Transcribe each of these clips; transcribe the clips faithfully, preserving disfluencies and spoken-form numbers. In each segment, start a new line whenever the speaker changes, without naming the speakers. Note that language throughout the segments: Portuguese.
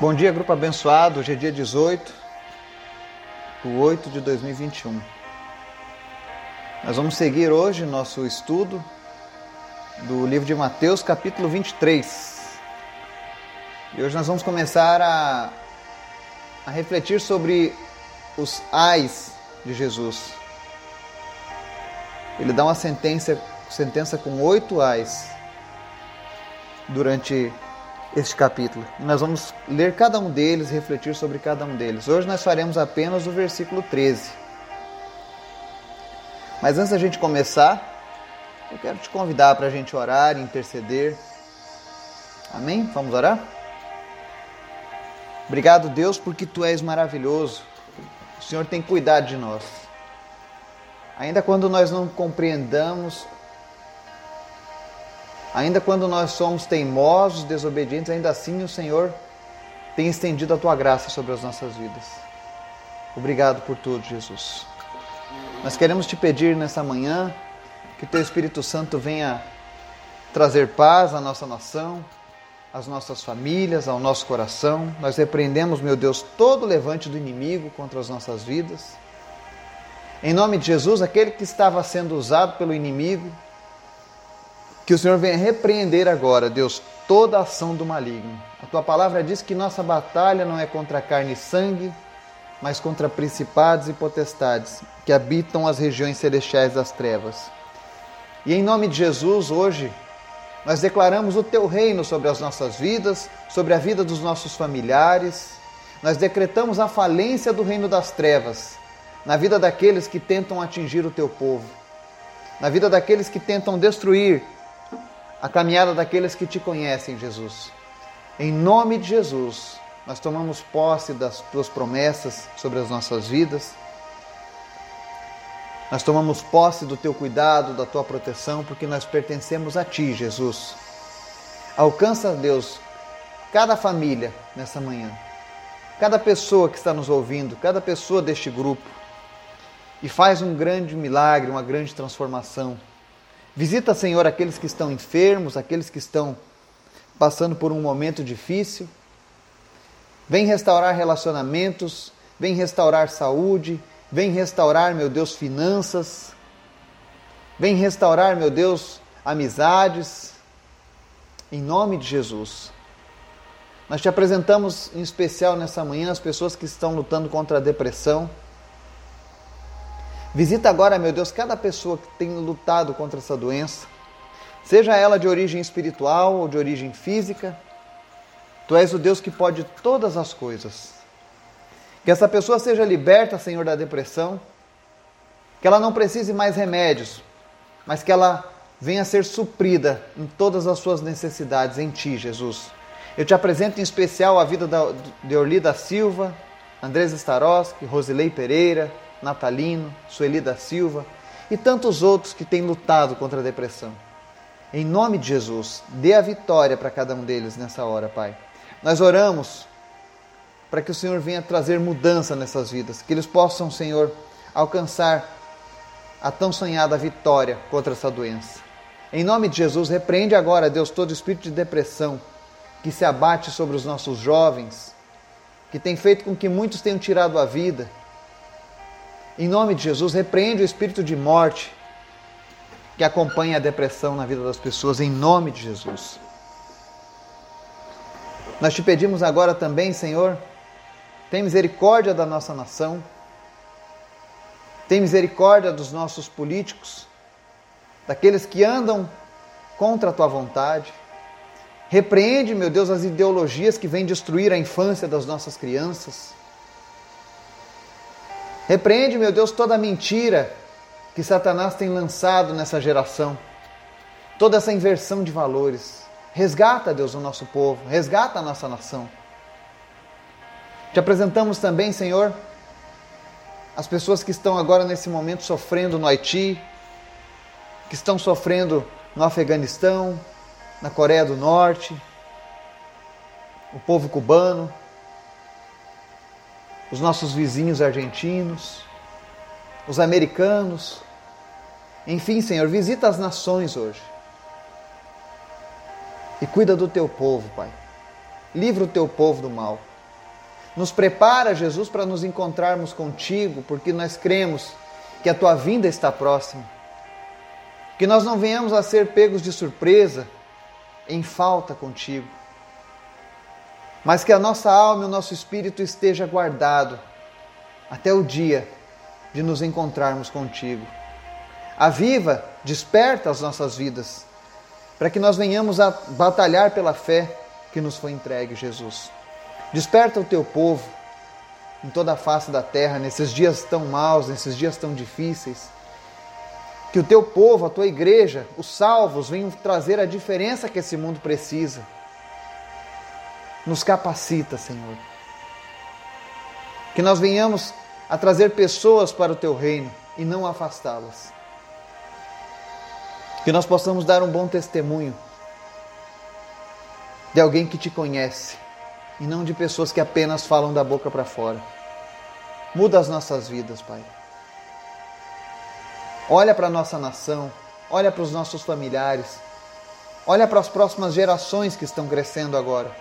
Bom dia, grupo abençoado. Hoje é dia dezoito de oito de dois mil e vinte e um. Nós vamos seguir hoje nosso estudo do livro de Mateus, capítulo vinte e três. E hoje nós vamos começar a, a refletir sobre os ais de Jesus. Ele dá uma sentença, sentença com oito ais durante este capítulo. E nós vamos ler cada um deles, refletir sobre cada um deles. Hoje nós faremos apenas o versículo treze. Mas antes da gente começar, eu quero te convidar para a gente orar e interceder. Amém? Vamos orar? Obrigado, Deus, porque Tu és maravilhoso. O Senhor tem cuidado de nós. Ainda quando nós não compreendamos, ainda quando nós somos teimosos, desobedientes, ainda assim o Senhor tem estendido a Tua graça sobre as nossas vidas. Obrigado por tudo, Jesus. Nós queremos Te pedir nessa manhã que Teu Espírito Santo venha trazer paz à nossa nação, às nossas famílias, ao nosso coração. Nós repreendemos, meu Deus, todo levante do inimigo contra as nossas vidas. Em nome de Jesus, aquele que estava sendo usado pelo inimigo, que o Senhor venha repreender agora, Deus, toda a ação do maligno. A Tua palavra diz que nossa batalha não é contra carne e sangue, mas contra principados e potestades que habitam as regiões celestiais das trevas. E em nome de Jesus, hoje, nós declaramos o Teu reino sobre as nossas vidas, sobre a vida dos nossos familiares. Nós decretamos a falência do reino das trevas na vida daqueles que tentam atingir o Teu povo, na vida daqueles que tentam destruir a caminhada daqueles que Te conhecem, Jesus. Em nome de Jesus, nós tomamos posse das Tuas promessas sobre as nossas vidas. Nós tomamos posse do Teu cuidado, da Tua proteção, porque nós pertencemos a Ti, Jesus. Alcança, Deus, cada família nessa manhã, cada pessoa que está nos ouvindo, cada pessoa deste grupo, e faz um grande milagre, uma grande transformação. Visita, Senhor, aqueles que estão enfermos, aqueles que estão passando por um momento difícil. Vem restaurar relacionamentos, vem restaurar saúde, vem restaurar, meu Deus, finanças. Vem restaurar, meu Deus, amizades. Em nome de Jesus. Nós Te apresentamos em especial nessa manhã as pessoas que estão lutando contra a depressão. Visita agora, meu Deus, cada pessoa que tem lutado contra essa doença, seja ela de origem espiritual ou de origem física. Tu és o Deus que pode todas as coisas. Que essa pessoa seja liberta, Senhor, da depressão, que ela não precise mais remédios, mas que ela venha a ser suprida em todas as suas necessidades em Ti, Jesus. Eu Te apresento em especial a vida de Orli da Silva, Andrés Staroski, Rosilei Pereira, Natalino, Sueli da Silva e tantos outros que têm lutado contra a depressão. Em nome de Jesus, dê a vitória para cada um deles nessa hora, Pai. Nós oramos para que o Senhor venha trazer mudança nessas vidas, que eles possam, Senhor, alcançar a tão sonhada vitória contra essa doença. Em nome de Jesus, repreende agora, Deus, todo espírito de depressão que se abate sobre os nossos jovens, que tem feito com que muitos tenham tirado a vida. Em nome de Jesus, repreende o espírito de morte que acompanha a depressão na vida das pessoas, em nome de Jesus. Nós Te pedimos agora também, Senhor, tem misericórdia da nossa nação, tem misericórdia dos nossos políticos, daqueles que andam contra a Tua vontade. Repreende, meu Deus, as ideologias que vêm destruir a infância das nossas crianças. Repreende, meu Deus, toda a mentira que Satanás tem lançado nessa geração. Toda essa inversão de valores. Resgata, Deus, o nosso povo. Resgata a nossa nação. Te apresentamos também, Senhor, as pessoas que estão agora nesse momento sofrendo no Haiti, que estão sofrendo no Afeganistão, na Coreia do Norte, o povo cubano, os nossos vizinhos argentinos, os americanos. Enfim, Senhor, visita as nações hoje. E cuida do Teu povo, Pai. Livra o Teu povo do mal. Nos prepara, Jesus, para nos encontrarmos contigo, porque nós cremos que a tua vinda está próxima. Que nós não venhamos a ser pegos de surpresa, em falta contigo. Mas que a nossa alma e o nosso espírito esteja guardado até o dia de nos encontrarmos contigo. Aviva, desperta as nossas vidas, para que nós venhamos a batalhar pela fé que nos foi entregue, Jesus. Desperta o teu povo em toda a face da terra, nesses dias tão maus, nesses dias tão difíceis. Que o teu povo, a tua igreja, os salvos, venham trazer a diferença que esse mundo precisa. Nos capacita, Senhor. Que nós venhamos a trazer pessoas para o teu reino e não afastá-las. Que nós possamos dar um bom testemunho de alguém que te conhece e não de pessoas que apenas falam da boca para fora. Muda as nossas vidas, Pai. Olha para a nossa nação, olha para os nossos familiares, olha para as próximas gerações que estão crescendo agora.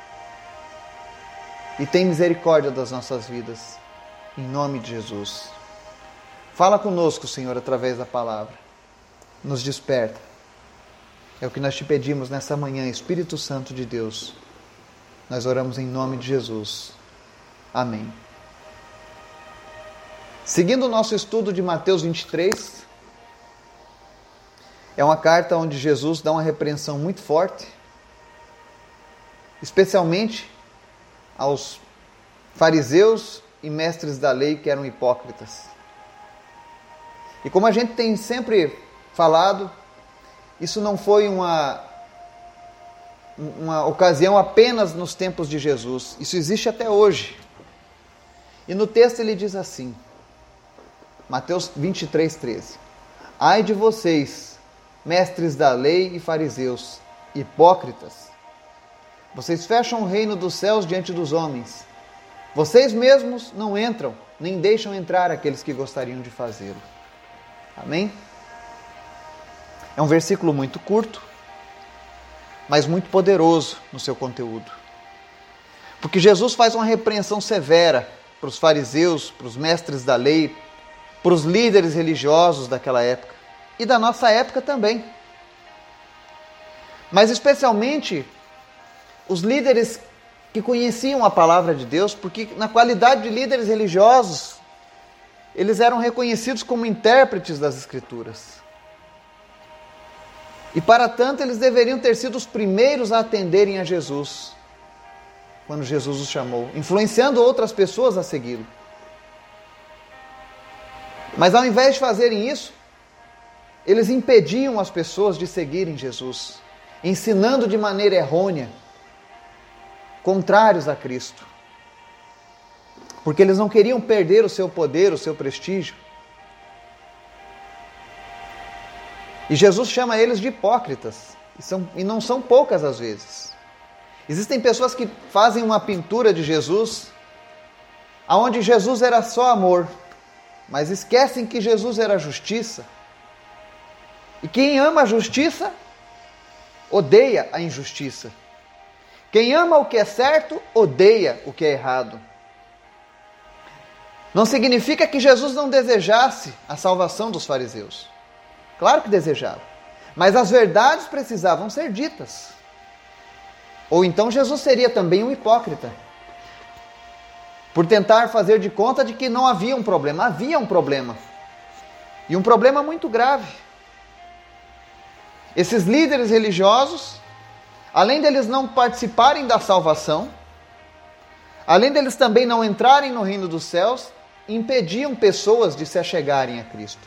E tem misericórdia das nossas vidas, em nome de Jesus. Fala conosco, Senhor, através da palavra. Nos desperta. É o que nós te pedimos nessa manhã, Espírito Santo de Deus. Nós oramos em nome de Jesus. Amém. Seguindo o nosso estudo de Mateus vinte e três, é uma carta onde Jesus dá uma repreensão muito forte, especialmente aos fariseus e mestres da lei que eram hipócritas. E como a gente tem sempre falado, isso não foi uma, uma ocasião apenas nos tempos de Jesus, isso existe até hoje. E no texto ele diz assim, Mateus vinte e três, treze. Ai de vocês, mestres da lei e fariseus, hipócritas! Vocês fecham o reino dos céus diante dos homens. Vocês mesmos não entram, nem deixam entrar aqueles que gostariam de fazê-lo. Amém? É um versículo muito curto, mas muito poderoso no seu conteúdo. Porque Jesus faz uma repreensão severa para os fariseus, para os mestres da lei, para os líderes religiosos daquela época e da nossa época também. Mas especialmente os líderes que conheciam a palavra de Deus, porque na qualidade de líderes religiosos, eles eram reconhecidos como intérpretes das Escrituras. E para tanto, eles deveriam ter sido os primeiros a atenderem a Jesus, quando Jesus os chamou, influenciando outras pessoas a segui-lo. Mas ao invés de fazerem isso, eles impediam as pessoas de seguirem Jesus, ensinando de maneira errônea, contrários a Cristo. Porque eles não queriam perder o seu poder, o seu prestígio. E Jesus chama eles de hipócritas, e, são, e não são poucas as vezes. Existem pessoas que fazem uma pintura de Jesus, onde Jesus era só amor, mas esquecem que Jesus era justiça. E quem ama a justiça, odeia a injustiça. Quem ama o que é certo, odeia o que é errado. Não significa que Jesus não desejasse a salvação dos fariseus. Claro que desejava. Mas as verdades precisavam ser ditas. Ou então Jesus seria também um hipócrita, por tentar fazer de conta de que não havia um problema. Havia um problema. E um problema muito grave. Esses líderes religiosos, além deles não participarem da salvação, além deles também não entrarem no reino dos céus, impediam pessoas de se achegarem a Cristo.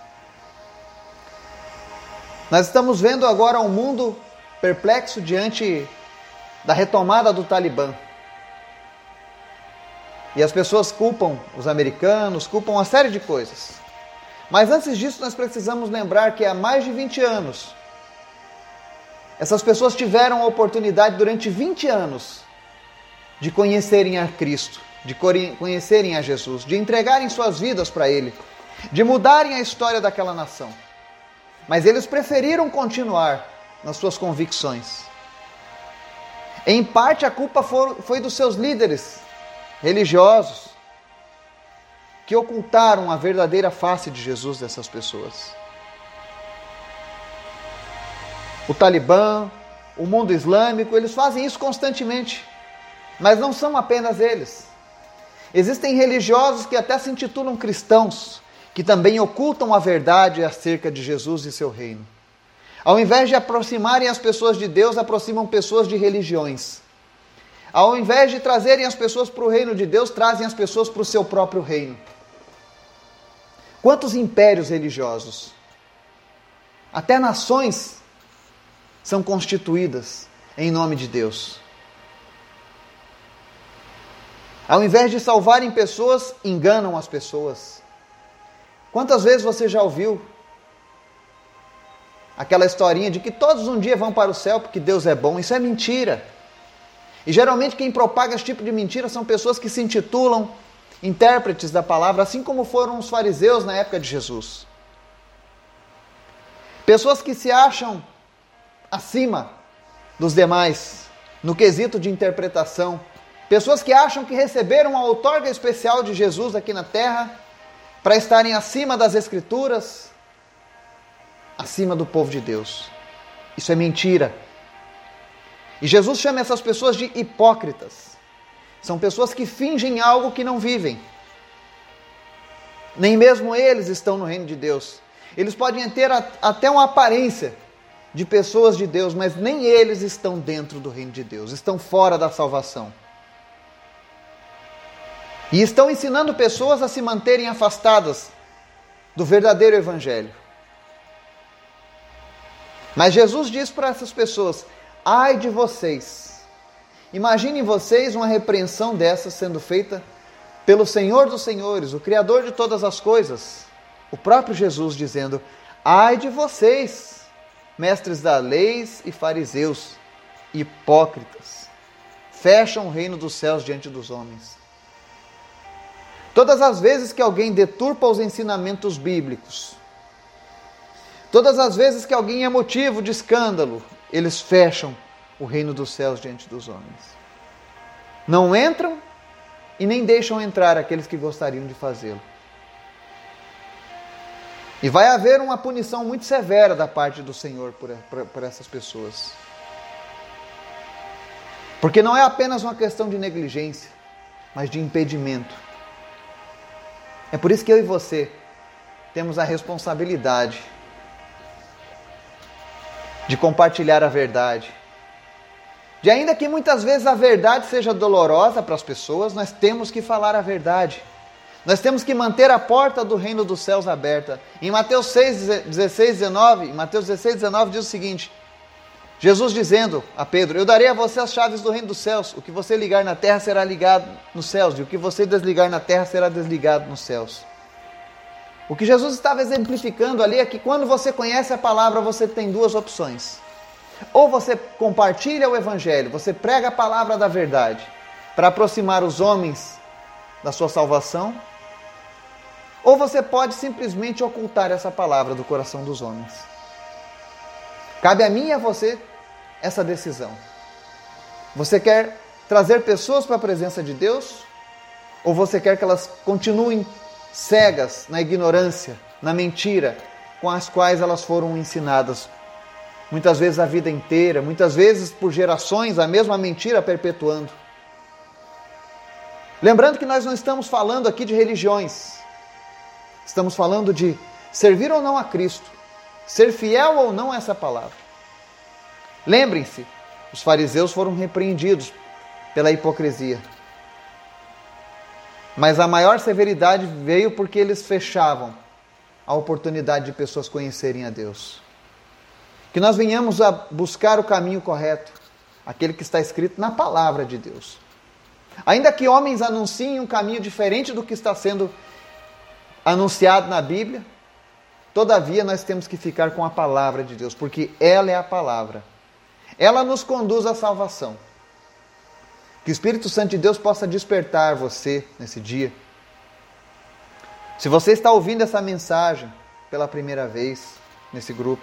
Nós estamos vendo agora um mundo perplexo diante da retomada do Talibã. E as pessoas culpam os americanos, culpam uma série de coisas. Mas antes disso, nós precisamos lembrar que há mais de vinte anos, essas pessoas tiveram a oportunidade durante vinte anos de conhecerem a Cristo, de conhecerem a Jesus, de entregarem suas vidas para Ele, de mudarem a história daquela nação. Mas eles preferiram continuar nas suas convicções. Em parte, a culpa foi dos seus líderes religiosos, que ocultaram a verdadeira face de Jesus dessas pessoas. O Talibã, o mundo islâmico, eles fazem isso constantemente. Mas não são apenas eles. Existem religiosos que até se intitulam cristãos, que também ocultam a verdade acerca de Jesus e seu reino. Ao invés de aproximarem as pessoas de Deus, aproximam pessoas de religiões. Ao invés de trazerem as pessoas para o reino de Deus, trazem as pessoas para o seu próprio reino. Quantos impérios religiosos, até nações, são constituídas em nome de Deus. Ao invés de salvarem pessoas, enganam as pessoas. Quantas vezes você já ouviu aquela historinha de que todos um dia vão para o céu porque Deus é bom? Isso é mentira. E geralmente quem propaga esse tipo de mentira são pessoas que se intitulam intérpretes da palavra, assim como foram os fariseus na época de Jesus. Pessoas que se acham acima dos demais no quesito de interpretação. Pessoas que acham que receberam a outorga especial de Jesus aqui na terra para estarem acima das Escrituras, acima do povo de Deus. Isso é mentira. E Jesus chama essas pessoas de hipócritas. São pessoas que fingem algo que não vivem. Nem mesmo eles estão no reino de Deus. Eles podem ter até uma aparência de pessoas de Deus, mas nem eles estão dentro do reino de Deus. Estão fora da salvação. E estão ensinando pessoas a se manterem afastadas do verdadeiro evangelho. Mas Jesus diz para essas pessoas: ai de vocês. Imaginem vocês uma repreensão dessa sendo feita pelo Senhor dos Senhores, o Criador de todas as coisas. O próprio Jesus dizendo: ai de vocês, mestres da lei e fariseus, hipócritas, fecham o reino dos céus diante dos homens. Todas as vezes que alguém deturpa os ensinamentos bíblicos, todas as vezes que alguém é motivo de escândalo, eles fecham o reino dos céus diante dos homens. Não entram e nem deixam entrar aqueles que gostariam de fazê-lo. E vai haver uma punição muito severa da parte do Senhor por, por, por essas pessoas. Porque não é apenas uma questão de negligência, mas de impedimento. É por isso que eu e você temos a responsabilidade de compartilhar a verdade. De ainda que muitas vezes a verdade seja dolorosa para as pessoas, nós temos que falar a verdade. Nós temos que manter a porta do reino dos céus aberta. Em Mateus seis, dezesseis, dezenove, em Mateus dezesseis, dezenove diz o seguinte: Jesus dizendo a Pedro: eu darei a você as chaves do reino dos céus. O que você ligar na terra será ligado nos céus, e o que você desligar na terra será desligado nos céus. O que Jesus estava exemplificando ali é que quando você conhece a palavra, você tem duas opções. Ou você compartilha o evangelho, você prega a palavra da verdade para aproximar os homens da sua salvação, ou você pode simplesmente ocultar essa palavra do coração dos homens. Cabe a mim e a você essa decisão. Você quer trazer pessoas para a presença de Deus, ou você quer que elas continuem cegas na ignorância, na mentira com as quais elas foram ensinadas? Muitas vezes a vida inteira, muitas vezes por gerações, a mesma mentira perpetuando. Lembrando que nós não estamos falando aqui de religiões. Estamos falando de servir ou não a Cristo, ser fiel ou não a essa palavra. Lembrem-se, os fariseus foram repreendidos pela hipocrisia. Mas a maior severidade veio porque eles fechavam a oportunidade de pessoas conhecerem a Deus. Que nós venhamos a buscar o caminho correto, aquele que está escrito na palavra de Deus. Ainda que homens anunciem um caminho diferente do que está sendo anunciado na Bíblia, todavia nós temos que ficar com a palavra de Deus, porque ela é a palavra. Ela nos conduz à salvação. Que o Espírito Santo de Deus possa despertar você nesse dia. Se você está ouvindo essa mensagem pela primeira vez nesse grupo,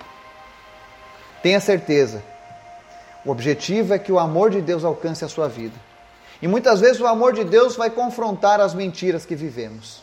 tenha certeza, o objetivo é que o amor de Deus alcance a sua vida. E muitas vezes o amor de Deus vai confrontar as mentiras que vivemos.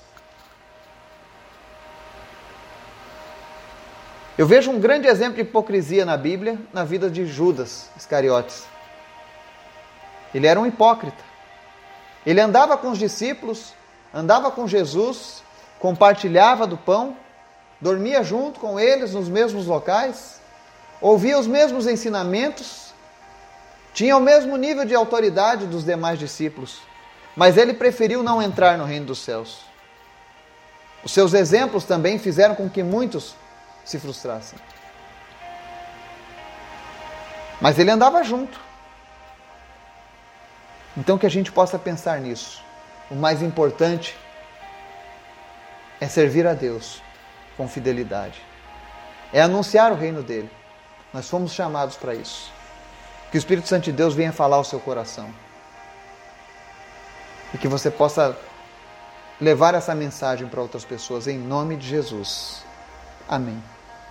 Eu vejo um grande exemplo de hipocrisia na Bíblia, na vida de Judas Iscariotes. Ele era um hipócrita. Ele andava com os discípulos, andava com Jesus, compartilhava do pão, dormia junto com eles nos mesmos locais, ouvia os mesmos ensinamentos, tinha o mesmo nível de autoridade dos demais discípulos, mas ele preferiu não entrar no reino dos céus. Os seus exemplos também fizeram com que muitos se frustrassem. Mas ele andava junto. Então que a gente possa pensar nisso. O mais importante é servir a Deus com fidelidade. É anunciar o reino dele. Nós fomos chamados para isso. Que o Espírito Santo de Deus venha falar ao seu coração. E que você possa levar essa mensagem para outras pessoas, em nome de Jesus. Amém.